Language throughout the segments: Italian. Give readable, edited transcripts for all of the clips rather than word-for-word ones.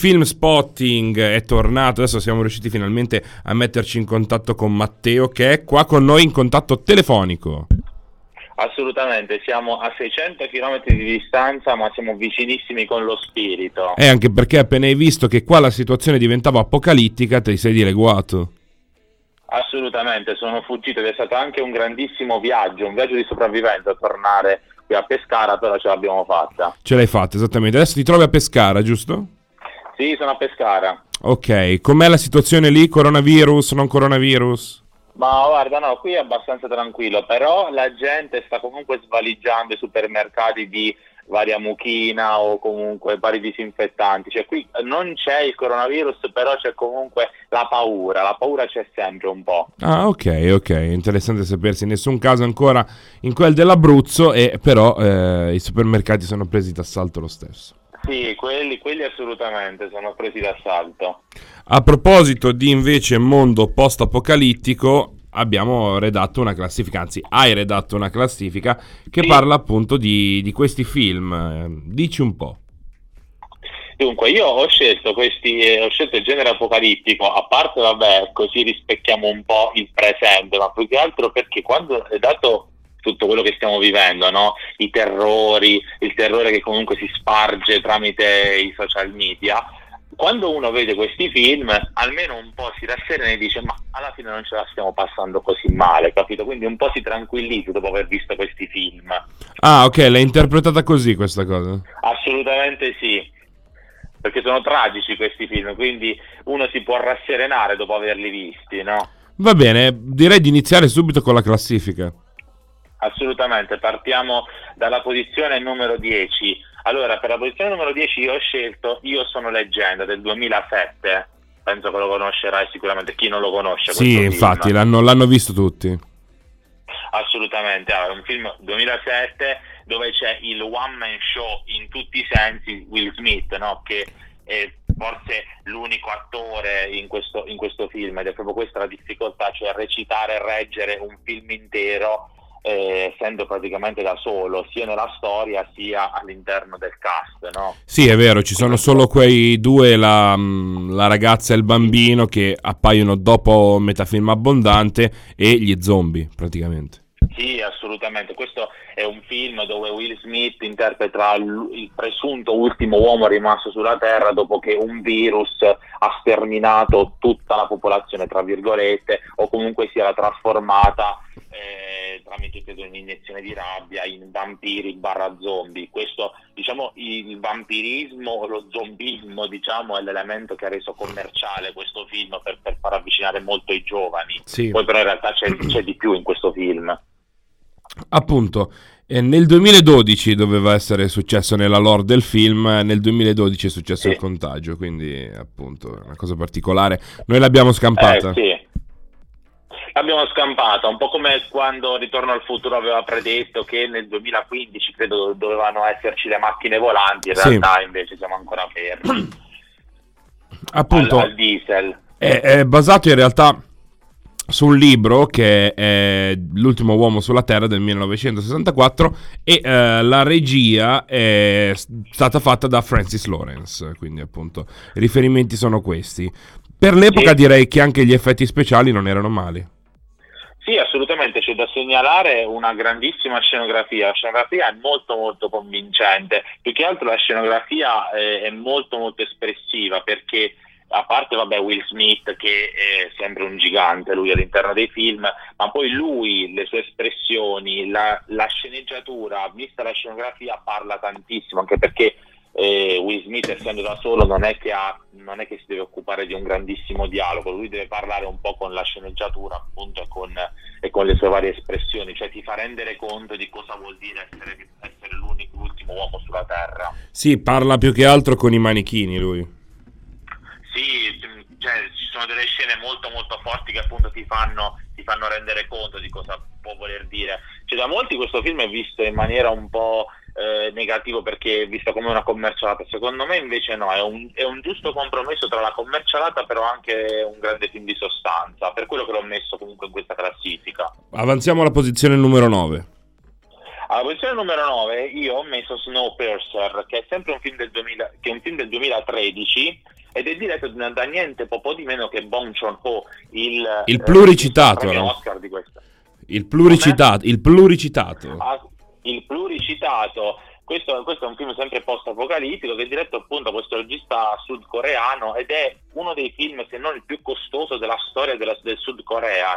Film Spotting è tornato, adesso siamo riusciti finalmente a metterci in contatto con Matteo, che è qua con noi in contatto telefonico. Assolutamente, siamo a 600 km di distanza, ma siamo vicinissimi con lo spirito. Anche perché appena hai visto che qua la situazione diventava apocalittica, ti sei dileguato. Assolutamente, sono fuggito ed è stato anche un grandissimo viaggio, un viaggio di sopravvivenza tornare qui a Pescara, però ce l'abbiamo fatta. Ce l'hai fatta, esattamente. Adesso ti trovi a Pescara, giusto? Sì, sono a Pescara. Ok, com'è la situazione lì? Coronavirus, non coronavirus? Ma guarda, no, qui è abbastanza tranquillo, però la gente sta comunque svaligiando i supermercati di varia mucchina o comunque vari disinfettanti. Cioè qui non c'è il coronavirus, però c'è comunque la paura c'è sempre un po'. Ah, ok, interessante sapersi. In nessun caso ancora in quel dell'Abruzzo, però i supermercati sono presi d'assalto lo stesso. Sì, quelli assolutamente sono presi d'assalto. A proposito di invece mondo post-apocalittico, abbiamo redatto una classifica, anzi hai redatto una classifica che parla appunto di questi film. Dici un po'. Dunque, io ho scelto il genere apocalittico, a parte, vabbè, così rispecchiamo un po' il presente, ma più che altro perché quando è dato tutto quello che stiamo vivendo, no? Il terrore che comunque si sparge tramite i social media, quando uno vede questi film almeno un po' si rasserena e dice ma alla fine non ce la stiamo passando così male, capito? Quindi un po' si tranquillizza dopo aver visto questi film. Ah, ok, l'hai interpretata così questa cosa? Assolutamente sì, perché sono tragici questi film, quindi uno si può rasserenare dopo averli visti, no? Va bene, direi di iniziare subito con la classifica. Assolutamente, partiamo dalla posizione numero 10. Allora, per la posizione numero 10 io ho scelto Io sono leggenda del 2007. Penso che lo conoscerai sicuramente, chi non lo conosce. Sì, infatti, l'hanno visto tutti. Assolutamente, è un film 2007 dove c'è il one man show in tutti i sensi, Will Smith, no? Che è forse l'unico attore in questo film, ed è proprio questa la difficoltà, cioè recitare e reggere un film intero essendo praticamente da solo sia nella storia sia all'interno del cast, no? Sì, è vero, ci sono solo quei due, la ragazza e il bambino, che appaiono dopo metà film abbondante, e gli zombie praticamente. Sì, assolutamente. Questo è un film dove Will Smith interpreta il presunto ultimo uomo rimasto sulla Terra dopo che un virus ha sterminato tutta la popolazione, tra virgolette, o comunque si era trasformata tramite un'iniezione di rabbia in vampiri / zombie. Questo, diciamo, il vampirismo o lo zombismo, diciamo, è l'elemento che ha reso commerciale questo film per far avvicinare molto i giovani. Sì. Poi però in realtà c'è di più in questo film. Appunto, nel 2012 doveva essere successo nella lore del film, nel 2012 è successo il contagio, quindi appunto è una cosa particolare. Noi l'abbiamo scampata. Sì, l'abbiamo scampata, un po' come quando Ritorno al futuro aveva predetto che nel 2015 credo dovevano esserci le macchine volanti, in realtà invece siamo ancora fermi appunto al diesel. È basato in realtà su un libro che è L'ultimo uomo sulla Terra del 1964, e la regia è stata fatta da Francis Lawrence, quindi appunto i riferimenti sono questi. Per l'epoca direi che anche gli effetti speciali non erano mali. Sì, assolutamente, c'è da segnalare una grandissima scenografia. La scenografia è molto molto convincente, più che altro la scenografia è molto molto espressiva, perché a parte Will Smith, che è sempre un gigante lui all'interno dei film, ma poi lui, le sue espressioni, la sceneggiatura, vista la scenografia, parla tantissimo, anche perché Will Smith, essendo da solo, non è che si deve occupare di un grandissimo dialogo, lui deve parlare un po' con la sceneggiatura, appunto, e con le sue varie espressioni, cioè ti fa rendere conto di cosa vuol dire essere l'ultimo uomo sulla Terra. Sì, parla più che altro con i manichini lui. Sì, cioè, ci sono delle scene molto molto forti che appunto ti fanno rendere conto di cosa può voler dire. Cioè, da molti questo film è visto in maniera un po' negativo, perché è visto come una commercialata. Secondo me invece no, è un giusto compromesso tra la commercialata però anche un grande film di sostanza, per quello che l'ho messo comunque in questa classifica. Avanziamo alla posizione numero 9. Alla posizione numero 9 io ho messo Snowpiercer, che è sempre un film del 2000, che è un film del 2013 ed è diretto da niente po' di meno che Bong Joon-ho, Il pluricitato, premio no? Oscar di questa. Il pluricitato. Ah, il pluricitato. Questo è un film sempre post-apocalittico che è diretto appunto da questo regista sudcoreano ed è uno dei film, se non il più costoso della storia del Sud Corea.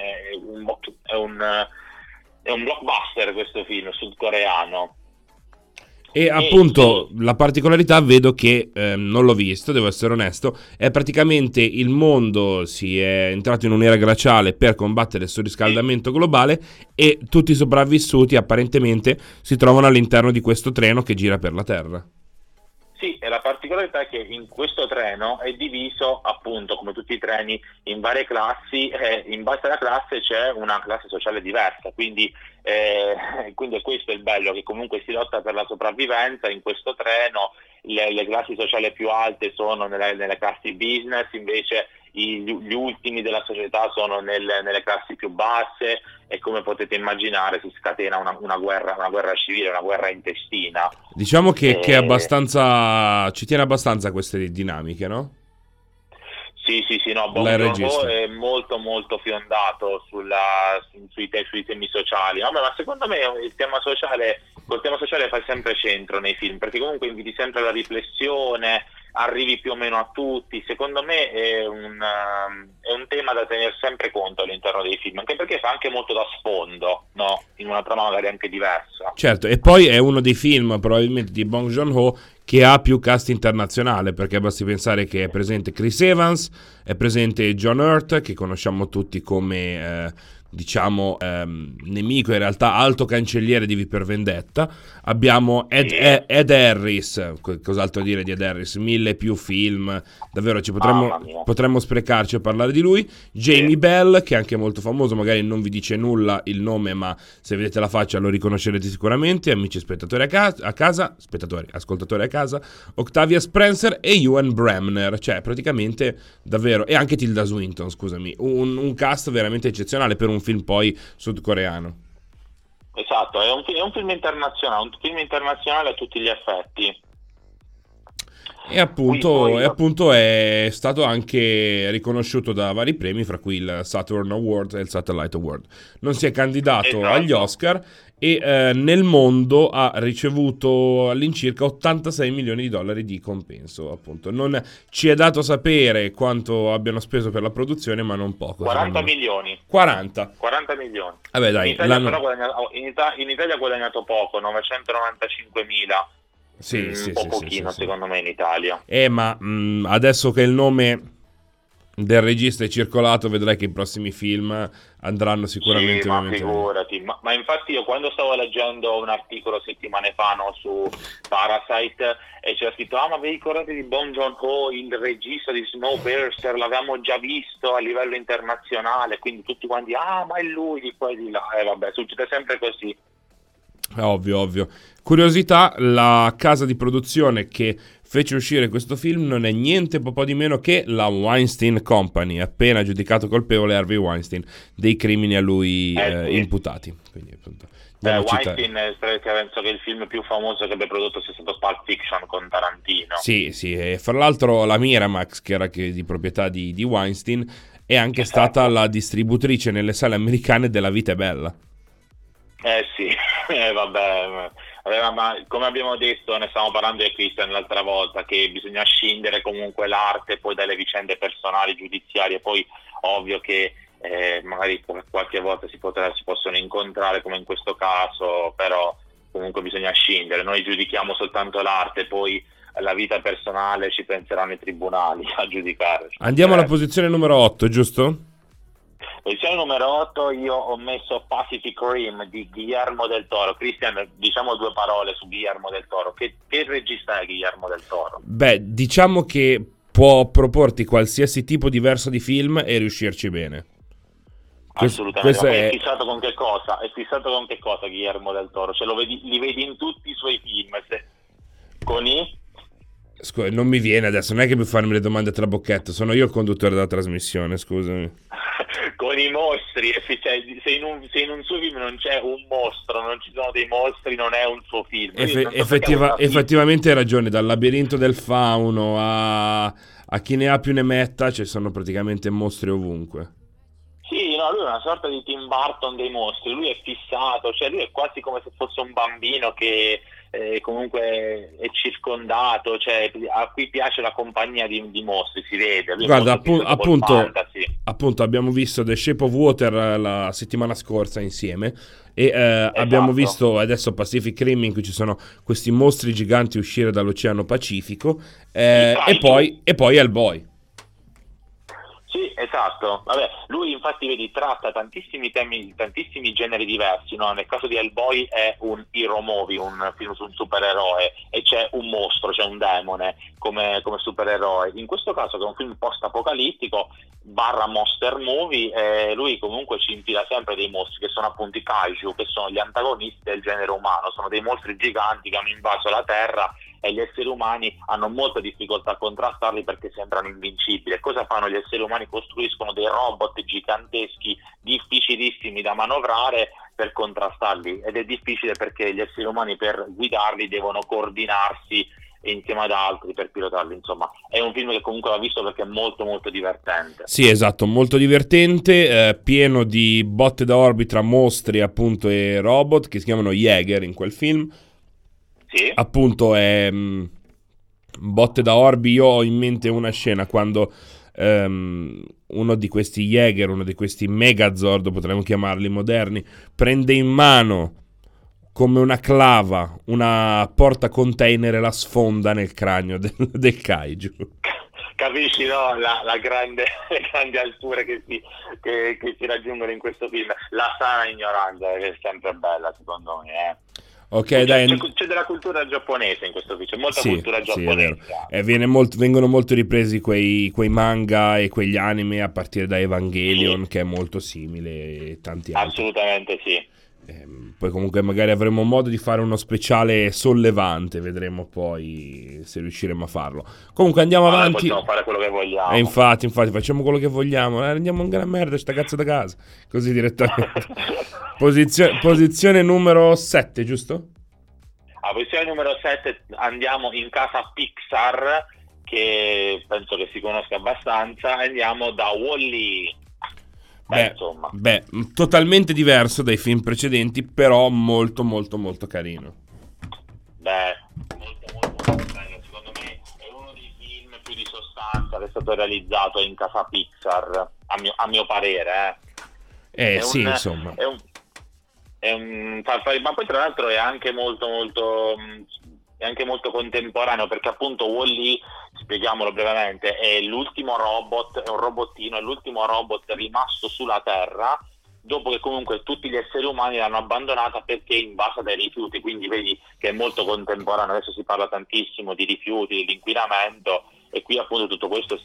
È un blockbuster questo film sudcoreano. E appunto la particolarità, vedo che non l'ho visto, devo essere onesto, è praticamente il mondo si è entrato in un'era glaciale per combattere il surriscaldamento globale e tutti i sopravvissuti apparentemente si trovano all'interno di questo treno che gira per la Terra. Sì, e la particolarità è che in questo treno è diviso, appunto, come tutti i treni, in varie classi e in base alla classe c'è una classe sociale diversa, quindi questo è il bello, che comunque si lotta per la sopravvivenza in questo treno. Le classi sociali più alte sono nelle classi business, invece gli ultimi della società sono nelle classi più basse e come potete immaginare si scatena una guerra civile, una guerra intestina. Diciamo che è abbastanza, ci tiene abbastanza a queste dinamiche, no? Sì, no, Bong Joon-ho è molto molto fiondato sui temi sociali. Vabbè, ma secondo me col tema sociale fai sempre centro nei film, perché comunque inviti sempre alla riflessione, arrivi più o meno a tutti. Secondo me è un tema da tenere sempre conto all'interno dei film, anche perché fa anche molto da sfondo, no? In una trama magari anche diversa. Certo, e poi è uno dei film probabilmente di Bong Joon-ho che ha più cast internazionale, perché basti pensare che è presente Chris Evans, è presente John Hurt, che conosciamo tutti come nemico, in realtà alto cancelliere di V per Vendetta. Abbiamo Ed Harris, cos'altro dire di Ed Harris, 1000 più film, davvero potremmo sprecarci a parlare di lui. Jamie Bell, che è anche molto famoso, magari non vi dice nulla il nome, ma se vedete la faccia lo riconoscerete sicuramente. Amici spettatori ascoltatori a casa, Octavia Spencer e Ewan Bremner, cioè praticamente davvero, e anche Tilda Swinton, scusami, un cast veramente eccezionale per un film poi sudcoreano. Esatto, è un film internazionale a tutti gli effetti. E appunto è stato anche riconosciuto da vari premi, fra cui il Saturn Award e il Satellite Award. Non si è candidato agli Oscar e nel mondo ha ricevuto all'incirca 86 milioni di dollari di compenso, appunto. Non ci è dato sapere quanto abbiano speso per la produzione, ma non poco. 40 milioni. 40 milioni. Vabbè, dai, in Italia ha guadagnato poco, 995 mila. Sì, pochino, secondo me, in Italia. Ma adesso che il nome del regista è circolato, vedrai che i prossimi film andranno sicuramente. Sì, ma figurati. Ma infatti io quando stavo leggendo un articolo settimane fa, no, su Parasite, e c'era scritto: ma vi ricordate di Bong Joon-ho, il regista di Snowpiercer, l'avevamo già visto a livello internazionale, quindi tutti quanti, ma è lui di qua e di là. Vabbè, succede sempre così. Ovvio. Curiosità, la casa di produzione che fece uscire questo film non è niente po' di meno che la Weinstein Company, appena giudicato colpevole Harvey Weinstein dei crimini a lui imputati. Quindi appunto Weinstein penso che il film più famoso che abbia prodotto sia stato Pulp Fiction con Tarantino. Sì, e fra l'altro la Miramax, che era di proprietà di Weinstein, è anche stata la distributrice nelle sale americane della Vita è Bella. Sì, vabbè, ma come abbiamo detto, ne stavamo parlando di Christian l'altra volta, che bisogna scindere comunque l'arte poi dalle vicende personali, giudiziarie. Poi ovvio che magari qualche volta si possono incontrare come in questo caso, però comunque bisogna scindere. Noi giudichiamo soltanto l'arte, poi la vita personale ci penseranno i tribunali a giudicare. Andiamo alla posizione numero 8, giusto? Posizione numero 8 io ho messo Pacific Rim di Guillermo del Toro. Cristian, diciamo due parole su Guillermo del Toro. Che regista è Guillermo del Toro? Beh, diciamo che può proporti qualsiasi tipo diverso di film e riuscirci bene. Assolutamente. Ma è fissato con che cosa? È fissato con che cosa Guillermo del Toro? Cioè li vedi in tutti i suoi film. Scusa, non mi viene adesso, non è che mi farmi le domande tra bocchetto, sono io il conduttore della trasmissione, scusami. con i mostri, cioè, se in un suo film non c'è un mostro, non ci sono dei mostri, non è un suo film. Effettivamente hai ragione, dal labirinto del fauno a chi ne ha più ne metta, ci sono praticamente mostri ovunque. Sì, no, lui è una sorta di Tim Burton dei mostri, lui è fissato, cioè lui è quasi come se fosse un bambino che comunque è circondato, cioè a cui piace la compagnia di mostri, si vede. Lui è Guarda, molto fissato col fantasy. appunto abbiamo visto The Shape of Water la settimana scorsa insieme e abbiamo Esatto. visto adesso Pacific Rim in cui ci sono questi mostri giganti uscire dall'Oceano Pacifico e poi Hellboy. Sì, esatto. Vabbè, lui infatti vedi tratta tantissimi temi, tantissimi generi diversi, no? Nel caso di Hellboy è un hero movie, un film su un supereroe e c'è un mostro, c'è un demone come supereroe. In questo caso che è un film post-apocalittico barra monster movie, lui comunque ci infila sempre dei mostri che sono appunto i kaiju, che sono gli antagonisti del genere umano, sono dei mostri giganti che hanno invaso la Terra e gli esseri umani hanno molta difficoltà a contrastarli perché sembrano invincibili. E cosa fanno gli esseri umani? Costruiscono dei robot giganteschi, difficilissimi da manovrare per contrastarli, ed è difficile perché gli esseri umani per guidarli devono coordinarsi insieme ad altri per pilotarli. Insomma, è un film che comunque va visto perché è molto molto divertente. Sì, esatto, molto divertente, pieno di botte da orbi tra mostri appunto e robot che si chiamano Jäger in quel film. Sì. Appunto è botte da orbi. Io ho in mente una scena quando uno di questi Jäger, uno di questi Megazord, potremmo chiamarli moderni, prende in mano come una clava una porta container e la sfonda nel cranio del kaiju. Capisci, no? Le grandi alture che si raggiungono in questo film, la sana ignoranza che è sempre bella secondo me. Ok, dai. C'è della cultura giapponese in questo film, c'è molta cultura giapponese. Sì, è vero. Vengono molto ripresi quei manga e quegli anime a partire da Evangelion, sì, che è molto simile, e tanti altri. Assolutamente sì. Poi comunque magari avremo modo di fare uno speciale sollevante, vedremo poi se riusciremo a farlo. Comunque andiamo avanti. Possiamo fare quello che vogliamo. Infatti facciamo quello che vogliamo, andiamo un gran merda sta cazzo da casa, così direttamente. Posizione numero 7, giusto? A posizione numero 7 andiamo in casa Pixar, che penso che si conosca abbastanza, andiamo da Wall-E. Beh, totalmente diverso dai film precedenti, però molto molto molto carino. Molto molto bello, secondo me è uno dei film più di sostanza che è stato realizzato in casa Pixar, a mio parere. Sì, insomma. Ma poi tra l'altro è anche molto molto contemporaneo, perché appunto Wall-E, spieghiamolo brevemente, è l'ultimo robot, è un robottino, è l'ultimo robot rimasto sulla Terra dopo che comunque tutti gli esseri umani l'hanno abbandonata perché invasa dai rifiuti. Quindi vedi che è molto contemporaneo, adesso si parla tantissimo di rifiuti, di inquinamento, e qui appunto tutto questo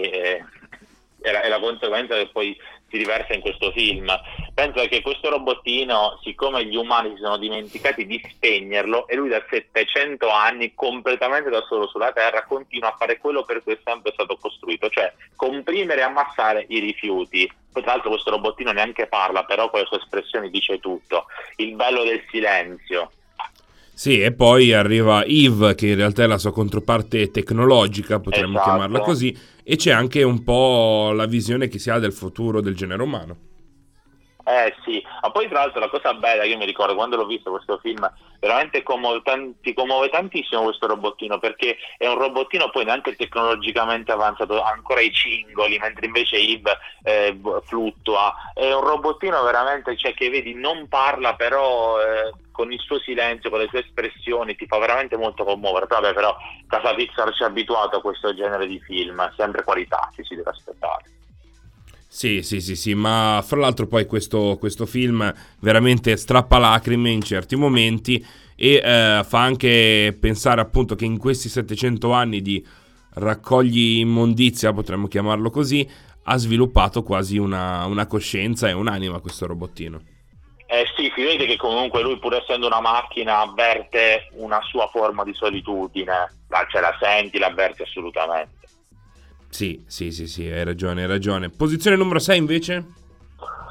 è la conseguenza che poi si riversa in questo film. Penso che questo robottino, siccome gli umani si sono dimenticati di spegnerlo, e lui da 700 anni completamente da solo sulla Terra continua a fare quello per cui è sempre stato costruito, cioè comprimere e ammassare i rifiuti. Poi tra l'altro questo robottino neanche parla, però con le sue espressioni dice tutto. Il bello del silenzio. Sì, e poi arriva Eve, che in realtà è la sua controparte tecnologica, potremmo chiamarla così, e c'è anche un po' la visione che si ha del futuro del genere umano. Sì, ma poi tra l'altro la cosa bella, io mi ricordo quando l'ho visto questo film, veramente ti commuove tantissimo questo robottino, perché è un robottino poi neanche tecnologicamente avanzato, ha ancora i cingoli, mentre invece Eve fluttua. È un robottino veramente, cioè, che vedi non parla, però con il suo silenzio, con le sue espressioni ti fa veramente molto commuovere. Però casa Pixar ci ha abituato a questo genere di film, sempre qualità ci si deve aspettare. Sì, ma fra l'altro poi questo film veramente strappa lacrime in certi momenti e fa anche pensare appunto che in questi 700 anni di raccogli immondizia, potremmo chiamarlo così, ha sviluppato quasi una coscienza e un'anima questo robottino. Sì, si vede che comunque lui, pur essendo una macchina, avverte una sua forma di solitudine, cioè la senti, l'avverti assolutamente. Sì, hai ragione. Posizione numero 6 invece?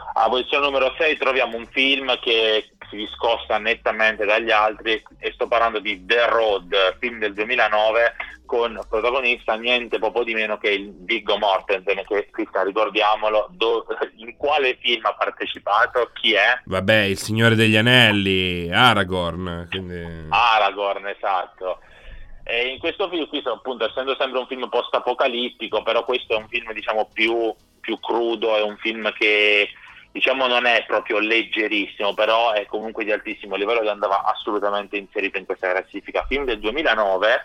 Alla posizione numero 6 troviamo un film che si discosta nettamente dagli altri, e sto parlando di The Road, film del 2009 con protagonista niente poco di meno che il Viggo Mortensen, che Cristian, ricordiamolo, in quale film ha partecipato, chi è? Vabbè, il Signore degli Anelli, Aragorn. Quindi... Aragorn, esatto. E in questo film qui, appunto, essendo sempre un film post-apocalittico, però questo è un film, diciamo, più crudo, è un film che, diciamo, non è proprio leggerissimo, però è comunque di altissimo livello ed andava assolutamente inserito in questa classifica. Film del 2009,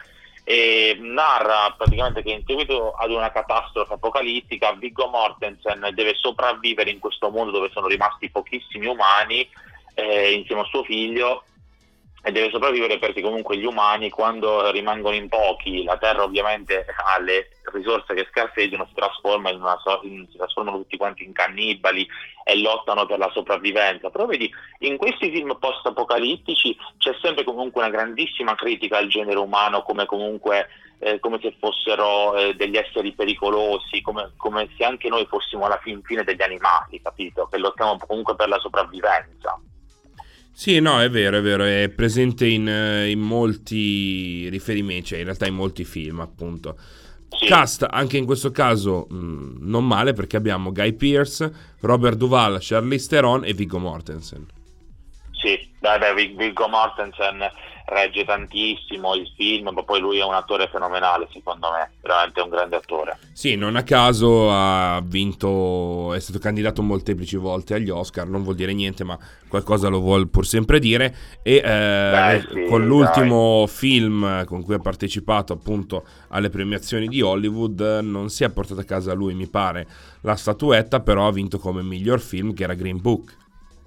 e narra praticamente che in seguito ad una catastrofe apocalittica Viggo Mortensen deve sopravvivere in questo mondo dove sono rimasti pochissimi umani, insieme a suo figlio, e deve sopravvivere perché comunque gli umani, quando rimangono in pochi, la terra ovviamente ha le risorse che scarseggiano, si trasformano tutti quanti in cannibali e lottano per la sopravvivenza. Però vedi, in questi film post-apocalittici c'è sempre comunque una grandissima critica al genere umano, come comunque come se fossero degli esseri pericolosi, come se anche noi fossimo alla fine degli animali, capito? Che lottiamo comunque per la sopravvivenza. Sì, no, è vero, è presente in molti riferimenti, cioè in realtà in molti film, appunto. Sì. Cast, anche in questo caso, non male, perché abbiamo Guy Pearce, Robert Duvall, Charlize Theron e Viggo Mortensen. Sì, Viggo Mortensen regge tantissimo il film, ma poi lui è un attore fenomenale, secondo me, veramente un grande attore. Sì, non a caso ha vinto, è stato candidato molteplici volte agli Oscar, non vuol dire niente, ma qualcosa lo vuol pur sempre dire, e sì, con l'ultimo film con cui ha partecipato appunto alle premiazioni di Hollywood non si è portato a casa lui, mi pare, la statuetta, però ha vinto come miglior film, che era Green Book.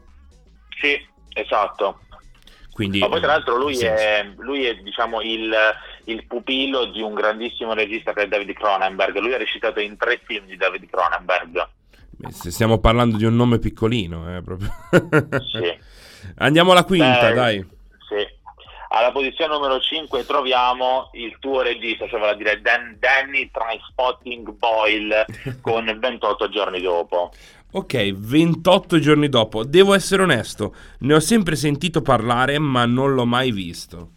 Sì, esatto. Quindi, ma poi tra l'altro lui è diciamo il pupillo di un grandissimo regista che è David Cronenberg. Lui ha recitato in 3 film di David Cronenberg. Se stiamo parlando di un nome piccolino, proprio. Sì. Andiamo alla quinta, dai. Sì. Alla posizione numero 5 troviamo il tuo regista, cioè vale a dire Danny Trainspotting Boyle con 28 giorni dopo. Ok, 28 giorni dopo. Devo essere onesto, ne ho sempre sentito parlare, ma non l'ho mai visto.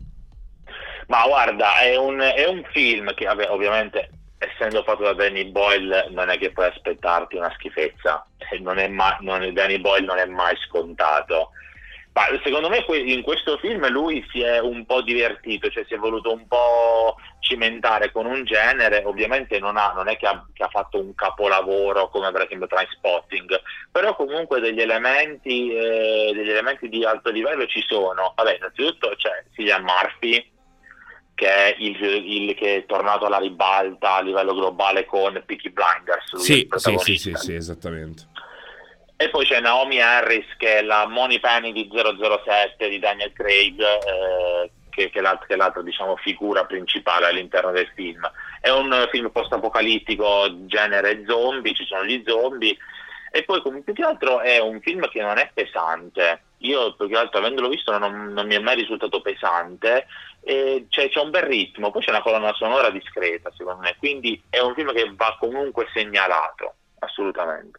Ma guarda, è un film che, ovviamente, essendo fatto da Danny Boyle, non è che puoi aspettarti una schifezza. Danny Boyle non è mai scontato. Ma secondo me in questo film lui si è un po' divertito, cioè si è voluto un po' cimentare con un genere. Ovviamente non è che ha fatto un capolavoro come per esempio Trainspotting, però comunque degli elementi di alto livello ci sono. Vabbè, innanzitutto c'è Cillian Murphy, che è il che è tornato alla ribalta a livello globale con Peaky Blinders. Sì, esattamente. E poi c'è Naomi Harris, che è la Moneypenny di 007 di Daniel Craig, che è l'altra diciamo figura principale all'interno del film. È un film post-apocalittico genere zombie, ci sono gli zombie, e poi più che altro è un film che non è pesante. Io più che altro, avendolo visto, non mi è mai risultato pesante, e c'è un bel ritmo, poi c'è una colonna sonora discreta secondo me, quindi è un film che va comunque segnalato, assolutamente.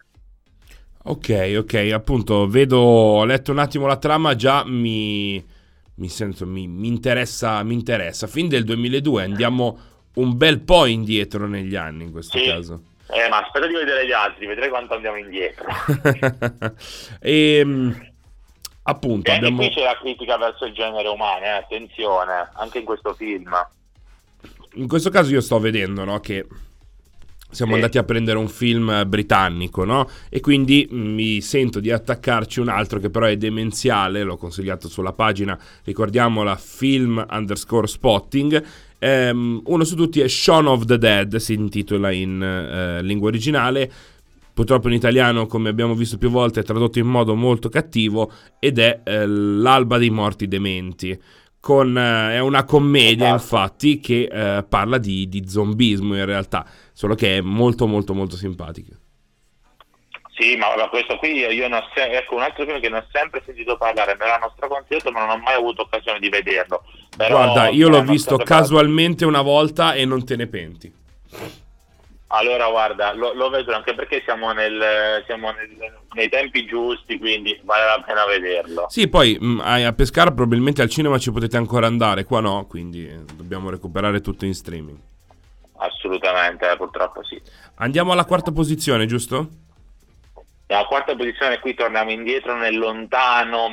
Ok, appunto, ho letto un attimo la trama, già mi interessa. Fin del 2002, andiamo un bel po' indietro negli anni in questo caso. Ma aspetta di vedere gli altri, vedrei quanto andiamo indietro. Appunto, e qui c'è la critica verso il genere umano, attenzione, anche in questo film. In questo caso io sto vedendo, no, che siamo andati a prendere un film britannico, no? E quindi mi sento di attaccarci un altro che però è demenziale, l'ho consigliato sulla pagina, ricordiamola, film_spotting. Uno su tutti è Shaun of the Dead, si intitola in lingua originale. Purtroppo in italiano, come abbiamo visto più volte, è tradotto in modo molto cattivo ed è L'alba dei morti dementi. È una commedia, infatti, che parla di zombismo in realtà, solo che è molto molto molto simpatica. Sì, ma questo qui ecco un altro film che non ho sempre sentito parlare, me l'hanno straconsigliato, ma non ho mai avuto occasione di vederlo. Però, guarda, io l'ho visto casualmente una volta e non te ne penti. Allora, guarda, lo vedo anche perché nei tempi giusti, quindi vale la pena vederlo. Sì, poi a Pescara probabilmente al cinema ci potete ancora andare, qua no, quindi dobbiamo recuperare tutto in streaming. Assolutamente, purtroppo sì. Andiamo alla quarta posizione, giusto? Nella quarta posizione qui torniamo indietro nel lontano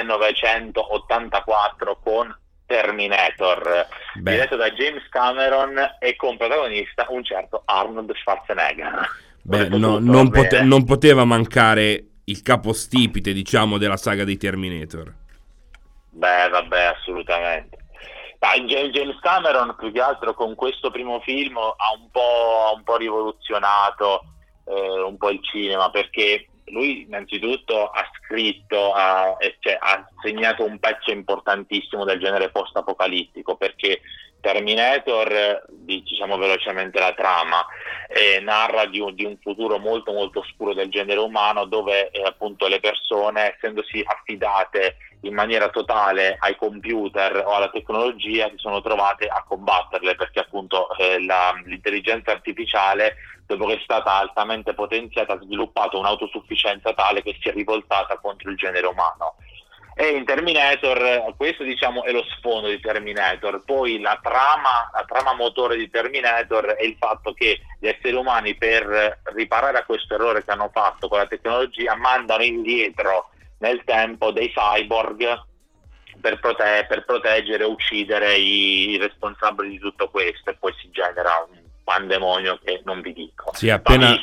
1984 con Terminator, diretto da James Cameron e con protagonista un certo Arnold Schwarzenegger. Beh, non poteva mancare il capostipite, diciamo, della saga dei Terminator. Beh, vabbè, assolutamente. James Cameron più che altro con questo primo film ha un po' rivoluzionato un po' il cinema, perché lui innanzitutto ha scritto, ha segnato un pezzo importantissimo del genere post-apocalittico, perché Terminator, diciamo velocemente la trama, narra di un futuro molto molto oscuro del genere umano, dove appunto le persone, essendosi affidate in maniera totale ai computer o alla tecnologia, si sono trovate a combatterle, perché appunto l'intelligenza artificiale, dopo che è stata altamente potenziata, ha sviluppato un'autosufficienza tale che si è rivoltata contro il genere umano. E in Terminator, questo diciamo è lo sfondo di Terminator. Poi la trama motore di Terminator è il fatto che gli esseri umani, per riparare a questo errore che hanno fatto con la tecnologia, mandano indietro nel tempo dei cyborg per proteggere e uccidere i responsabili di tutto questo, e poi si genera un pandemonio che non vi dico. Sì, appena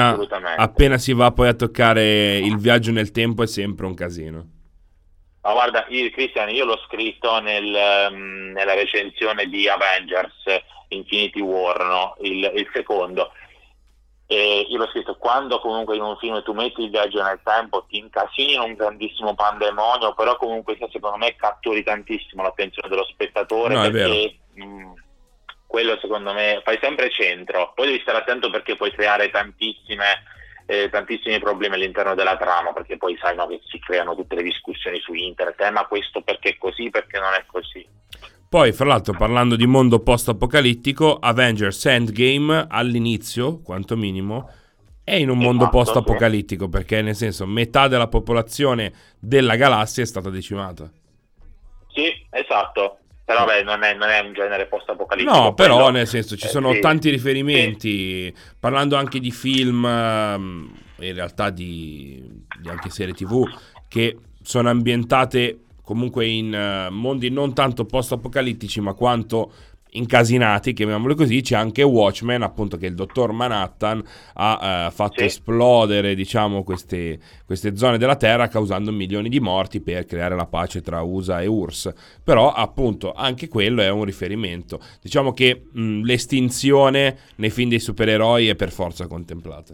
si va poi a toccare il viaggio nel tempo è sempre un casino. Ma guarda, Cristian, io l'ho scritto nella recensione di Avengers Infinity War, no? Il secondo. E io l'ho scritto: quando comunque in un film tu metti il viaggio nel tempo, ti incasini in un grandissimo pandemonio, però comunque secondo me catturi tantissimo l'attenzione dello spettatore, no, perché quello secondo me fai sempre centro. Poi devi stare attento, perché puoi creare tantissimi problemi all'interno della trama, perché poi sai, no, che si creano tutte le discussioni su internet, ma questo perché è così, perché non è così. Poi, fra l'altro, parlando di mondo post-apocalittico, Avengers Endgame all'inizio, quanto minimo, è in un mondo post-apocalittico, sì. Perché nel senso metà della popolazione della galassia è stata decimata. Sì, esatto. Però beh, non è un genere post-apocalittico. No, però nel senso ci sono tanti riferimenti, parlando anche di film, in realtà di anche serie TV, che sono ambientate comunque in mondi non tanto post-apocalittici ma quanto incasinati, chiamiamolo così. C'è anche Watchmen, appunto, che il dottor Manhattan ha fatto esplodere, diciamo, queste zone della Terra, causando milioni di morti per creare la pace tra USA e URSS. Però appunto anche quello è un riferimento. Diciamo che l'estinzione nei film dei supereroi è per forza contemplata.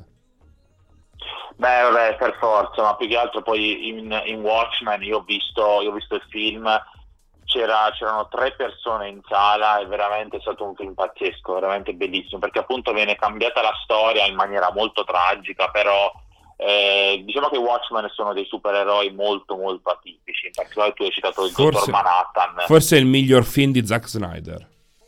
Beh, vabbè, per forza, ma più che altro poi in Watchmen io ho visto il film, c'erano 3 persone in sala, e veramente è stato un film pazzesco, veramente bellissimo, perché appunto viene cambiata la storia in maniera molto tragica, però diciamo che Watchmen sono dei supereroi molto molto atipici. In particolare tu hai citato il dottor Manhattan. Forse è il miglior film di Zack Snyder.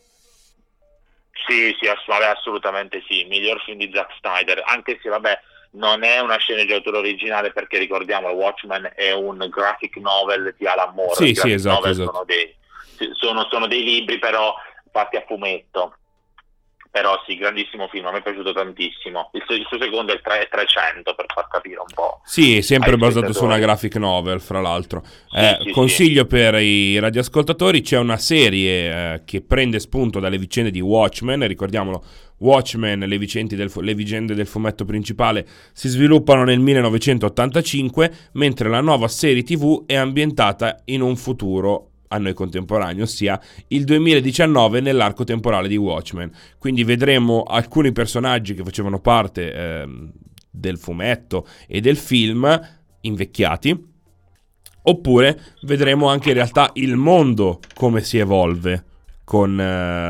Sì, assolutamente sì, il miglior film di Zack Snyder, anche se vabbè non è una sceneggiatura originale, perché ricordiamo Watchmen è un graphic novel di Alan Moore. Sì, esatto. Sono dei libri però fatti a fumetto. Però sì, grandissimo film, a me è piaciuto tantissimo. Il suo secondo è 300, per far capire un po'. Sì, sempre basato su una graphic novel, fra l'altro. Consiglio per i radioascoltatori, c'è una serie che prende spunto dalle vicende di Watchmen, ricordiamolo, Watchmen, le vicende del fumetto principale si sviluppano nel 1985, mentre la nuova serie TV è ambientata in un futuro a noi contemporaneo, ossia il 2019 nell'arco temporale di Watchmen. Quindi vedremo alcuni personaggi che facevano parte del fumetto e del film invecchiati, oppure vedremo anche in realtà il mondo come si evolve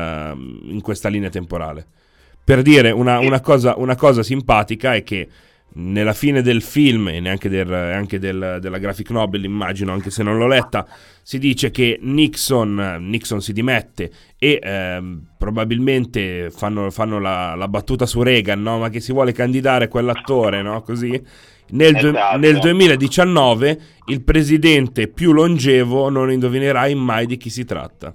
in questa linea temporale. Per dire una cosa simpatica è che nella fine del film e neanche anche della graphic novel, immagino, anche se non l'ho letta, si dice che Nixon si dimette e probabilmente fanno la battuta su Reagan, no? Ma che si vuole candidare quell'attore, no? Così nel 2019 il presidente più longevo, non indovinerai mai di chi si tratta.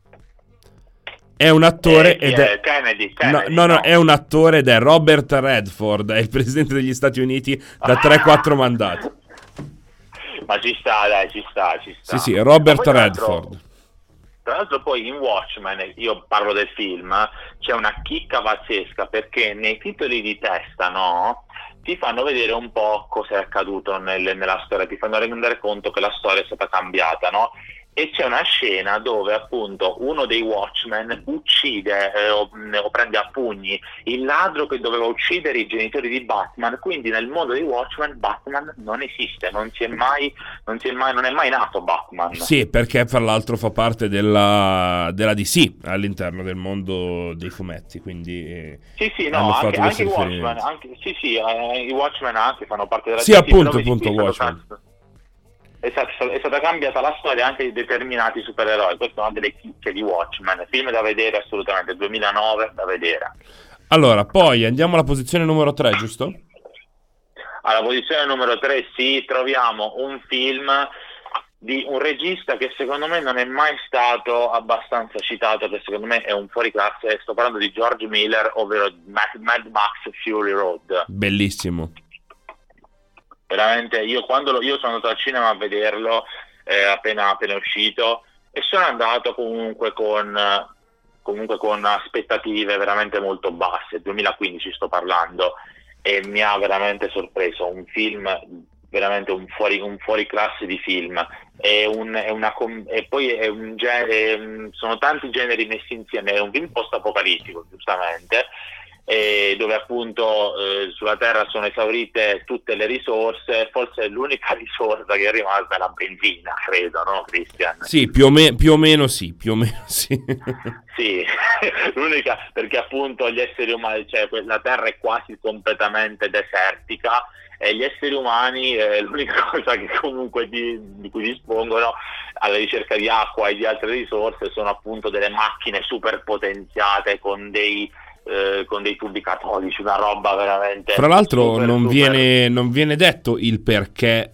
È un attore ed è Kennedy, no, è un attore ed è Robert Redford, è il presidente degli Stati Uniti da 3-4 mandati. Ma ci sta, dai, ci sta. Sì, Robert Redford. Tra l'altro poi in Watchmen, io parlo del film, c'è una chicca pazzesca, perché nei titoli di testa, no, ti fanno vedere un po' cosa è accaduto nella storia, ti fanno rendere conto che la storia è stata cambiata, no? E c'è una scena dove appunto uno dei Watchmen uccide o prende a pugni il ladro che doveva uccidere i genitori di Batman. Quindi nel mondo dei Watchmen Batman non esiste, non è mai nato Batman. Sì, perché fra l'altro fa parte della DC all'interno del mondo dei fumetti, quindi sì, no, anche i Watchmen, i Watchmen anche fanno parte della DC. Sì, appunto Watchmen. È stata cambiata la storia anche di determinati supereroi. Questa è una delle chicche di Watchmen, film da vedere assolutamente, 2009 da vedere. Allora, poi andiamo alla posizione numero 3, giusto? Alla posizione numero 3 sì, troviamo un film di un regista che secondo me non è mai stato abbastanza citato, che secondo me è un fuoriclasse. Sto parlando di George Miller, ovvero Mad Max Fury Road. Bellissimo. Veramente, io sono andato al cinema a vederlo appena uscito, e sono andato comunque con aspettative veramente molto basse. 2015 sto parlando, e mi ha veramente sorpreso. Un film veramente un fuoriclasse di film. Sono tanti generi messi insieme. È un film post-apocalittico, giustamente, dove appunto sulla Terra sono esaurite tutte le risorse. Forse l'unica risorsa che è rimasta è la benzina, credo, no, Christian? Sì, più o meno sì. Sì, l'unica, perché appunto gli esseri umani, cioè la Terra è quasi completamente desertica, e gli esseri umani l'unica cosa che comunque di cui dispongono alla ricerca di acqua e di altre risorse sono appunto delle macchine super potenziate con dei tubi catodici, una roba veramente. Fra l'altro non viene detto il perché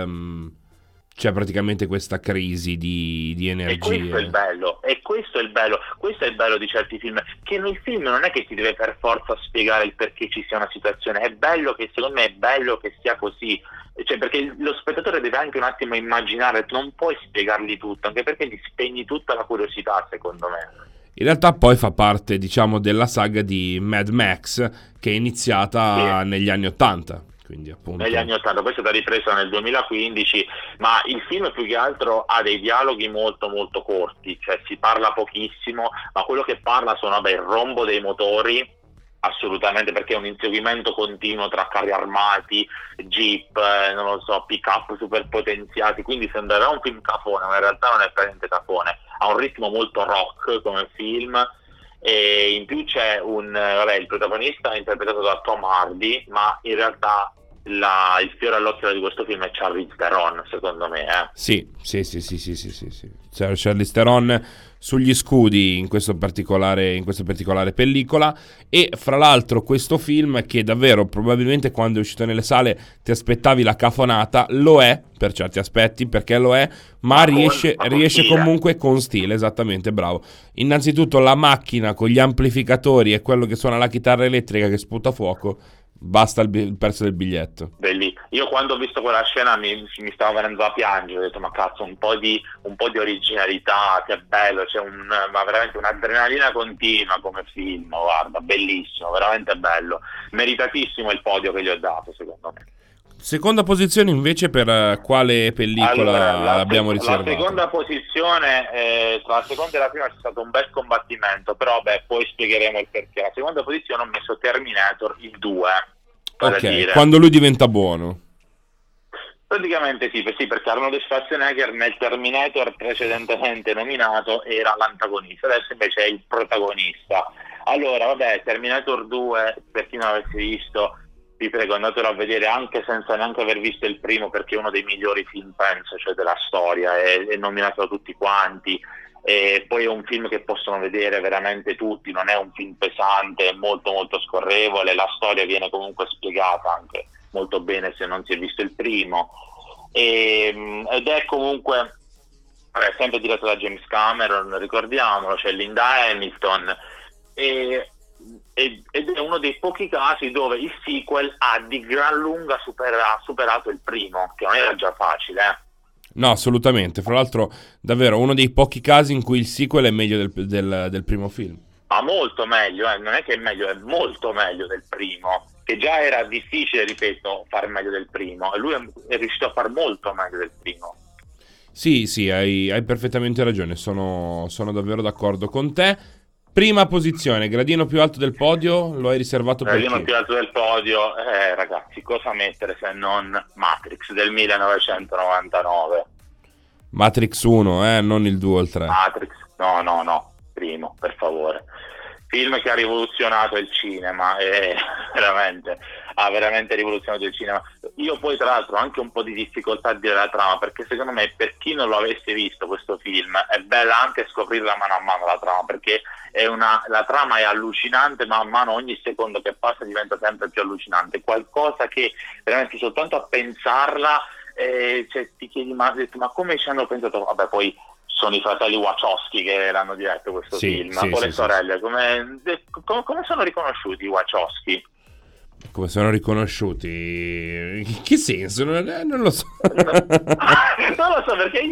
c'è praticamente questa crisi di energia. E questo è il bello di certi film, che nel film non è che ti deve per forza spiegare il perché ci sia una situazione. Secondo me è bello che sia così, cioè, perché lo spettatore deve anche un attimo immaginare, non puoi spiegargli tutto, anche perché ti spegni tutta la curiosità, secondo me. In realtà poi fa parte, diciamo, della saga di Mad Max, che è iniziata negli anni 80. Quindi, appunto, negli anni 80, poi è stata ripresa nel 2015, ma il film più che altro ha dei dialoghi molto molto corti, cioè si parla pochissimo, ma quello che parla sono il rombo dei motori, assolutamente, perché è un inseguimento continuo tra carri armati, jeep, non lo so, pick-up super potenziati, quindi sembrerà un film cafone, ma in realtà non è praticamente cafone. Ha un ritmo molto rock come film, e in più c'è il protagonista è interpretato da Tom Hardy, ma in realtà il fiore all'occhio di questo film è Charlize Theron, secondo me. Sì. Charlize Theron sugli scudi in questa particolare pellicola. E fra l'altro questo film, che davvero probabilmente quando è uscito nelle sale ti aspettavi la cafonata, lo è per certi aspetti, perché lo è, ma riesce comunque con stile. Esattamente, bravo. Innanzitutto la macchina con gli amplificatori e quello che suona la chitarra elettrica che sputa fuoco, basta il prezzo del biglietto. Belli. Io quando ho visto quella scena mi stavo venendo a piangere, ho detto ma cazzo, un po' di originalità, che bello, c'è ma veramente un'adrenalina continua come film, guarda, bellissimo, veramente bello, meritatissimo il podio che gli ho dato, secondo me. Seconda posizione invece, per quale pellicola abbiamo riservato? La seconda posizione, tra la seconda e la prima c'è stato un bel combattimento, però poi spiegheremo il perché. La seconda posizione ho messo Terminator, il 2. Ok, quando lui diventa buono. Praticamente sì, perché Arnold Schwarzenegger nel Terminator precedentemente nominato era l'antagonista, adesso invece è il protagonista. Allora, Terminator 2, per chi non avesse visto, vi prego, andatelo a vedere anche senza neanche aver visto il primo, perché è uno dei migliori film, penso, cioè della storia, è nominato da tutti quanti, e poi è un film che possono vedere veramente tutti, non è un film pesante, è molto molto scorrevole, la storia viene comunque spiegata anche molto bene se non si è visto il primo, ed è comunque sempre diretto da James Cameron, ricordiamolo, c'è Linda Hamilton, ed è uno dei pochi casi dove il sequel ha di gran lunga superato il primo, che non era già facile. No, assolutamente. Fra l'altro, davvero, uno dei pochi casi in cui il sequel è meglio del primo film. Ma molto meglio, non è che è meglio, è molto meglio del primo, che già era difficile, ripeto, far meglio del primo, e lui è riuscito a far molto meglio del primo. Sì, hai perfettamente ragione, sono davvero d'accordo con te. Prima posizione, gradino più alto del podio, lo hai riservato per chi? Gradino più alto del podio, ragazzi, cosa mettere se non Matrix del 1999? Matrix 1, non il 2 o il 3. Matrix, no, primo, per favore. Film che ha rivoluzionato il cinema, ha veramente rivoluzionato il cinema. Io poi tra l'altro ho anche un po' di difficoltà a dire la trama, perché secondo me per chi non lo avesse visto questo film è bella anche scoprirla mano a mano la trama, perché la trama è allucinante, man mano ogni secondo che passa diventa sempre più allucinante, qualcosa che veramente soltanto a pensarla cioè, ti chiedi ma come ci hanno pensato, vabbè poi sono i fratelli Wachowski che l'hanno diretto questo film, con le sorelle, come sono riconosciuti i Wachowski? Come sono riconosciuti? In che senso? Non lo so. Non lo so, perché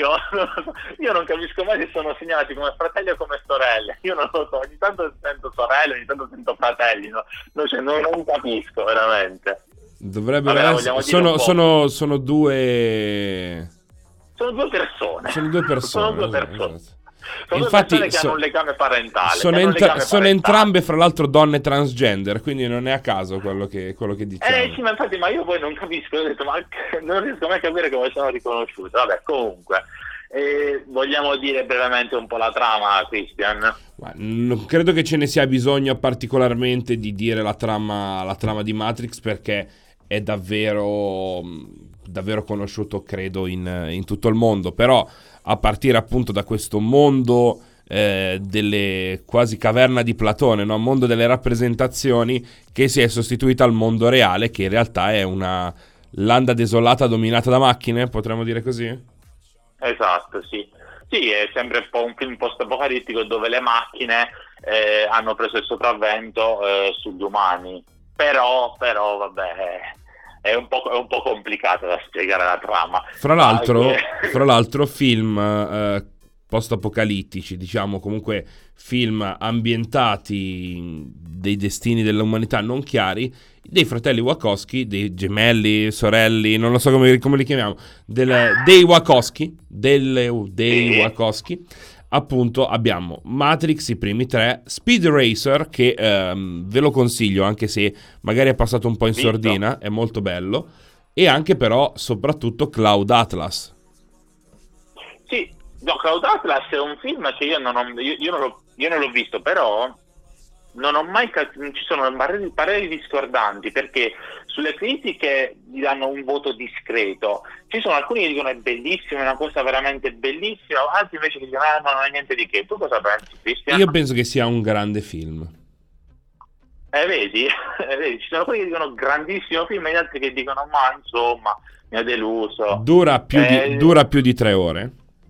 io non capisco mai se sono segnalati come fratelli o come sorelle. Io non lo so, ogni tanto sento sorelle, ogni tanto sento fratelli, non capisco veramente. Dovrebbero essere. Sono due. Sono due persone. Sono due persone. Esatto. Sono Infatti, due persone che hanno un legame parentale. Sono entrambe, fra l'altro, donne transgender, quindi non è a caso quello che diciamo. Sì, ma io poi non capisco. Ho detto, ma non riesco mai a capire come sono riconosciute. Vabbè, comunque. Vogliamo dire brevemente un po' la trama, Christian? Ma non credo che ce ne sia bisogno particolarmente di dire la trama di Matrix, perché è davvero conosciuto, credo, in tutto il mondo. Però a partire appunto da questo mondo delle quasi caverna di Platone, no? Mondo delle rappresentazioni, che si è sostituita al mondo reale, che in realtà è una landa desolata dominata da macchine, potremmo dire così? Esatto, sì. Sì, è sempre un po' un film post-apocalittico dove le macchine hanno preso il sopravvento sugli umani. Però vabbè, è un po' complicato da spiegare la trama. Fra l'altro film post-apocalittici, diciamo, comunque film ambientati dei destini dell'umanità non chiari, dei fratelli Wachowski, dei gemelli, sorelli, non lo so come li chiamiamo, dei Wachowski, Wachowski. Appunto abbiamo Matrix, i primi 3, Speed Racer, che ve lo consiglio anche se magari è passato un po' in sordina, è molto bello, e anche però soprattutto Cloud Atlas. Sì, no, Cloud Atlas è un film che io non l'ho visto, però non ho mai ci sono pareri discordanti, perché sulle critiche gli danno un voto discreto. Ci sono alcuni che dicono è bellissimo, è una cosa veramente bellissima, altri invece che dicono no, non è niente di che. Tu cosa pensi, Cristian? Io penso che sia un grande film. Vedi, ci sono quelli che dicono grandissimo film e gli altri che dicono ma insomma mi ha deluso. Dura più di 3 ore.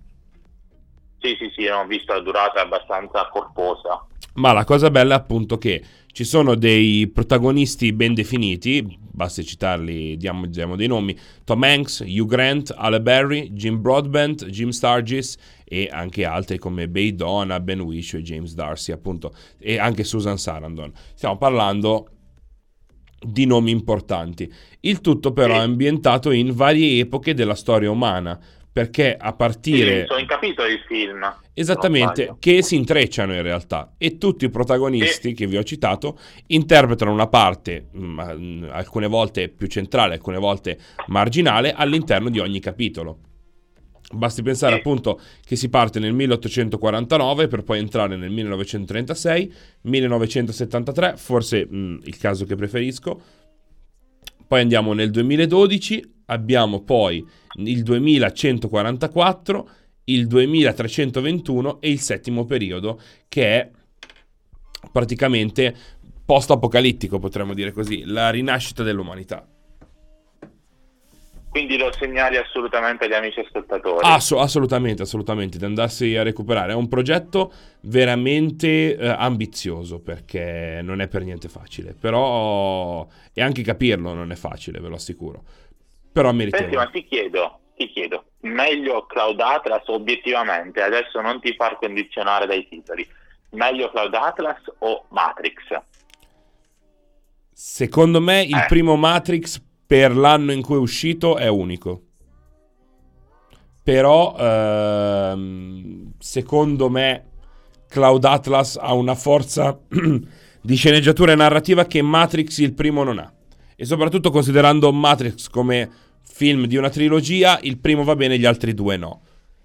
Sì, ho visto la durata, è abbastanza corposa. Ma la cosa bella è appunto che ci sono dei protagonisti ben definiti, basta citarli, diamo dei nomi: Tom Hanks, Hugh Grant, Halle Berry, Jim Broadbent, Jim Sturgis e anche altri come Bai Donna, Ben Whishaw e James Darcy, appunto, e anche Susan Sarandon. Stiamo parlando di nomi importanti. Il tutto però è ambientato in varie epoche della storia umana, perché a partire... Sì, sono in capitoli il film. Esattamente, che si intrecciano in realtà, e tutti i protagonisti che vi ho citato interpretano una parte, alcune volte più centrale, alcune volte marginale, all'interno di ogni capitolo. Basti pensare appunto che si parte nel 1849 per poi entrare nel 1936, 1973, forse il caso che preferisco, Poi andiamo nel 2012, abbiamo poi il 2144, il 2321 e il settimo periodo, che è praticamente post-apocalittico, potremmo dire così, la rinascita dell'umanità. Quindi lo segnali assolutamente agli amici ascoltatori. Assolutamente, di andarsi a recuperare. È un progetto veramente ambizioso, perché non è per niente facile, però, e anche capirlo non è facile, ve lo assicuro, però meritevole. Senti, ma ti chiedo, meglio Cloud Atlas obiettivamente, adesso non ti far condizionare dai titoli, meglio Cloud Atlas o Matrix? Secondo me il primo Matrix, per l'anno in cui è uscito, è unico. Però secondo me Cloud Atlas ha una forza di sceneggiatura e narrativa che Matrix il primo non ha. E soprattutto considerando Matrix come film di una trilogia, il primo va bene, gli altri due no.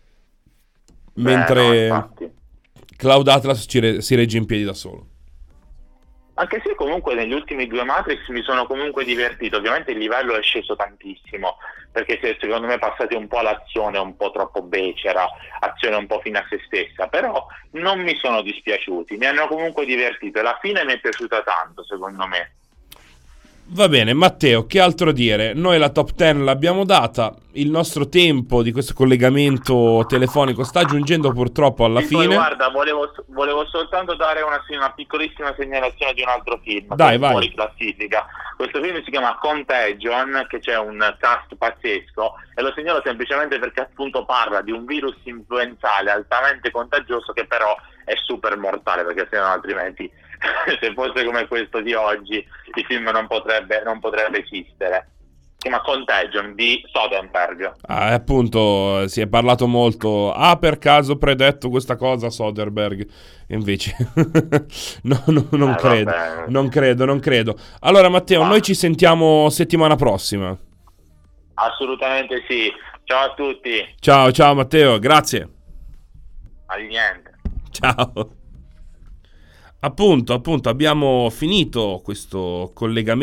Mentre no, Cloud Atlas si regge in piedi da solo. Anche se comunque negli ultimi due Matrix mi sono comunque divertito, ovviamente il livello è sceso tantissimo, perché secondo me passati un po' all'azione un po' troppo becera, azione un po' fine a se stessa, però non mi sono dispiaciuti, mi hanno comunque divertito e la fine mi è piaciuta tanto, secondo me. Va bene, Matteo, che altro dire? Noi la top 10 l'abbiamo data, il nostro tempo di questo collegamento telefonico sta giungendo purtroppo alla fine. Poi, guarda, volevo soltanto dare una piccolissima segnalazione di un altro film. Dai, vai. Fuori classifica. Questo film si chiama Contagion, che c'è un cast pazzesco, e lo segnalo semplicemente perché appunto parla di un virus influenzale altamente contagioso che però è super mortale, perché se no altrimenti se fosse come questo di oggi il film non potrebbe esistere. Si chiama Contagion di Soderbergh. Appunto, si è parlato molto. Ha per caso predetto questa cosa Soderbergh? Invece non credo. Vabbè. Non credo. Allora Matteo, noi ci sentiamo settimana prossima. Assolutamente sì. Ciao a tutti. Ciao Matteo, grazie. Di niente. Ciao. Appunto, abbiamo finito questo collegamento